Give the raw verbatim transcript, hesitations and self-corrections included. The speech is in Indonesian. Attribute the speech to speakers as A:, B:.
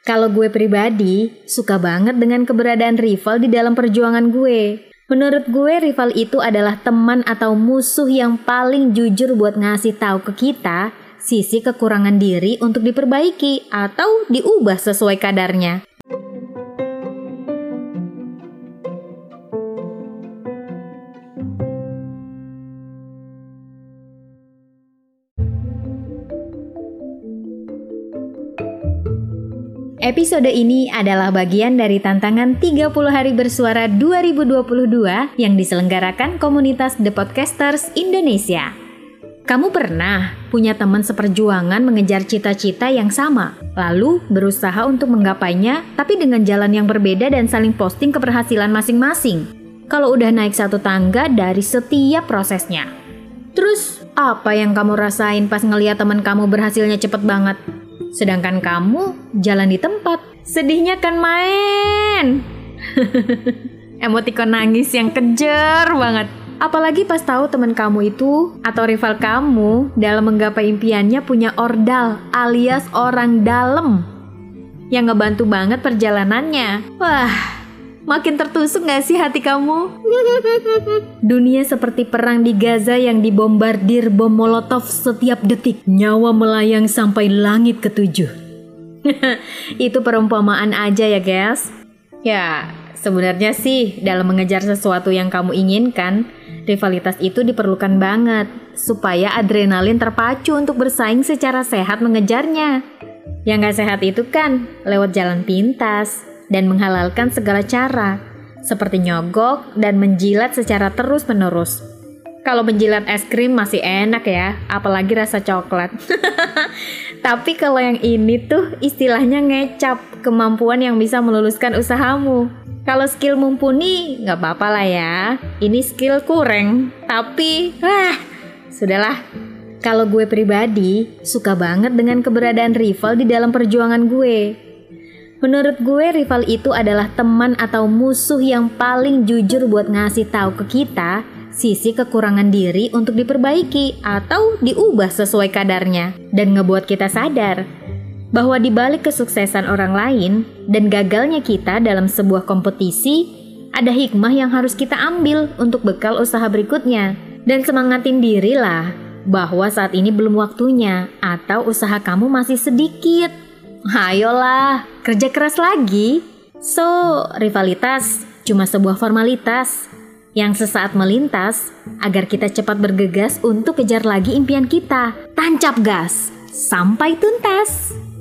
A: Kalau gue pribadi, suka banget dengan keberadaan rival di dalam perjuangan gue. Menurut gue, rival itu adalah teman atau musuh yang paling jujur buat ngasih tahu ke kita sisi kekurangan diri untuk diperbaiki atau diubah sesuai kadarnya. Episode ini adalah bagian dari tantangan tiga puluh hari bersuara dua ribu dua puluh dua yang diselenggarakan komunitas The Podcasters Indonesia. Kamu pernah punya teman seperjuangan mengejar cita-cita yang sama, lalu berusaha untuk menggapainya tapi dengan jalan yang berbeda dan saling posting keberhasilan masing-masing. Kalau udah naik satu tangga dari setiap prosesnya. Terus, apa yang kamu rasain pas ngeliat teman kamu berhasilnya cepet banget? Sedangkan kamu jalan di tempat. Sedihnya kan main. Emotikon nangis yang kejer banget. Apalagi pas tahu teman kamu itu atau rival kamu dalam menggapai impiannya punya ordal alias orang dalam yang ngebantu banget perjalanannya. Wah, makin tertusuk gak sih hati kamu? Dunia seperti perang di Gaza yang dibombardir bom molotov setiap detik. Nyawa melayang sampai langit ketujuh. Itu perumpamaan aja ya guys. Ya, sebenarnya sih dalam mengejar sesuatu yang kamu inginkan, rivalitas itu diperlukan banget supaya adrenalin terpacu untuk bersaing secara sehat mengejarnya. Yang gak sehat itu kan lewat jalan pintas dan menghalalkan segala cara, seperti nyogok dan menjilat secara terus-menerus. Kalau menjilat es krim masih enak ya, apalagi rasa coklat. Tapi kalau yang ini tuh istilahnya ngecap, kemampuan yang bisa meluluskan usahamu. Kalau skill mumpuni nggak apa-apa lah ya, ini skill kurang. Tapi, wah, sudahlah. Kalau gue pribadi, suka banget dengan keberadaan rival di dalam perjuangan gue. Menurut gue, rival itu adalah teman atau musuh yang paling jujur buat ngasih tahu ke kita sisi kekurangan diri untuk diperbaiki atau diubah sesuai kadarnya, dan ngebuat kita sadar bahwa di balik kesuksesan orang lain dan gagalnya kita dalam sebuah kompetisi, ada hikmah yang harus kita ambil untuk bekal usaha berikutnya. Dan semangatin diri lah bahwa saat ini belum waktunya atau usaha kamu masih sedikit. Ayolah, kerja keras lagi. So, rivalitas cuma sebuah formalitas yang sesaat melintas agar kita cepat bergegas untuk kejar lagi impian kita. Tancap gas sampai tuntas.